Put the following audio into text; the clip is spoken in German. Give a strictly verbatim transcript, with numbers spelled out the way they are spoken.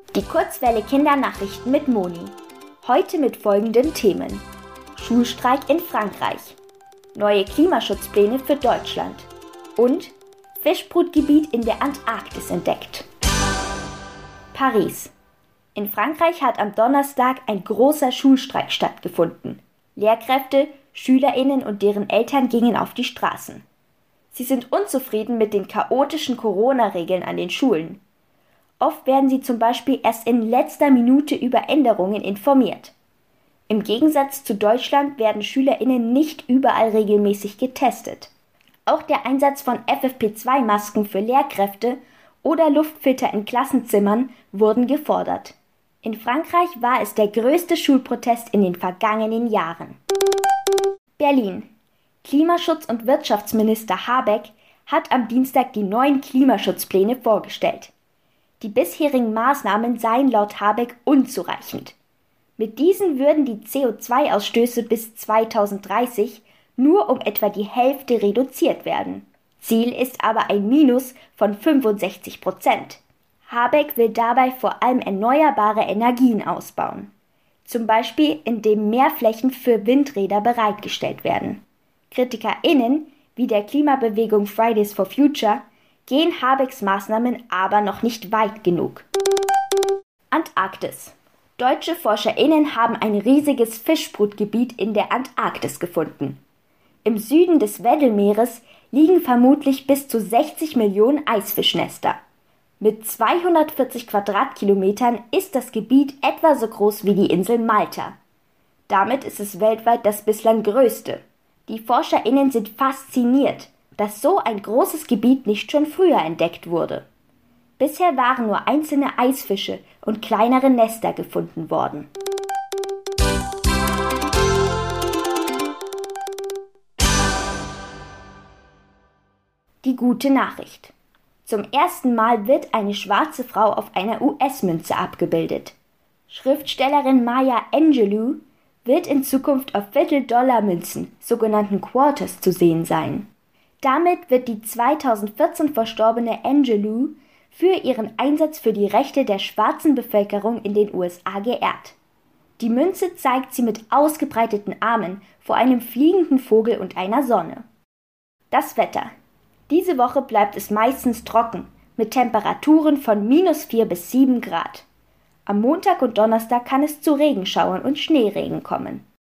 Die Kurzwelle Kindernachrichten mit Moni. Heute mit folgenden Themen: Schulstreik in Frankreich, neue Klimaschutzpläne für Deutschland und Fischbrutgebiet in der Antarktis entdeckt. Paris. In Frankreich hat am Donnerstag ein großer Schulstreik stattgefunden. Lehrkräfte, SchülerInnen und deren Eltern gingen auf die Straßen. Sie sind unzufrieden mit den chaotischen Corona-Regeln an den Schulen. Oft werden sie zum Beispiel erst in letzter Minute über Änderungen informiert. Im Gegensatz zu Deutschland werden SchülerInnen nicht überall regelmäßig getestet. Auch der Einsatz von F F P zwei Masken für Lehrkräfte oder Luftfilter in Klassenzimmern wurden gefordert. In Frankreich war es der größte Schulprotest in den vergangenen Jahren. Berlin. Klimaschutz- und Wirtschaftsminister Habeck hat am Dienstag die neuen Klimaschutzpläne vorgestellt. Die bisherigen Maßnahmen seien laut Habeck unzureichend. Mit diesen würden die C O zwei Ausstöße bis zweitausenddreißig nur um etwa die Hälfte reduziert werden. Ziel ist aber ein Minus von fünfundsechzig Prozent. Habeck will dabei vor allem erneuerbare Energien ausbauen. Zum Beispiel, indem mehr Flächen für Windräder bereitgestellt werden. KritikerInnen, wie der Klimabewegung Fridays for Future, gehen Habecks Maßnahmen aber noch nicht weit genug. Antarktis. Deutsche ForscherInnen haben ein riesiges Fischbrutgebiet in der Antarktis gefunden. Im Süden des Weddellmeeres liegen vermutlich bis zu sechzig Millionen Eisfischnester. Mit zweihundertvierzig Quadratkilometern ist das Gebiet etwa so groß wie die Insel Malta. Damit ist es weltweit das bislang größte. Die ForscherInnen sind fasziniert, dass so ein großes Gebiet nicht schon früher entdeckt wurde. Bisher waren nur einzelne Eisfische und kleinere Nester gefunden worden. Die gute Nachricht. Zum ersten Mal wird eine schwarze Frau auf einer U S-Münze abgebildet. Schriftstellerin Maya Angelou wird in Zukunft auf Viertel-Dollar-Münzen, sogenannten Quarters, zu sehen sein. Damit wird die zweitausendvierzehn verstorbene Angelou für ihren Einsatz für die Rechte der schwarzen Bevölkerung in den U S A geehrt. Die Münze zeigt sie mit ausgebreiteten Armen vor einem fliegenden Vogel und einer Sonne. Das Wetter. Diese Woche bleibt es meistens trocken, mit Temperaturen von minus vier bis sieben Grad. Am Montag und Donnerstag kann es zu Regenschauern und Schneeregen kommen.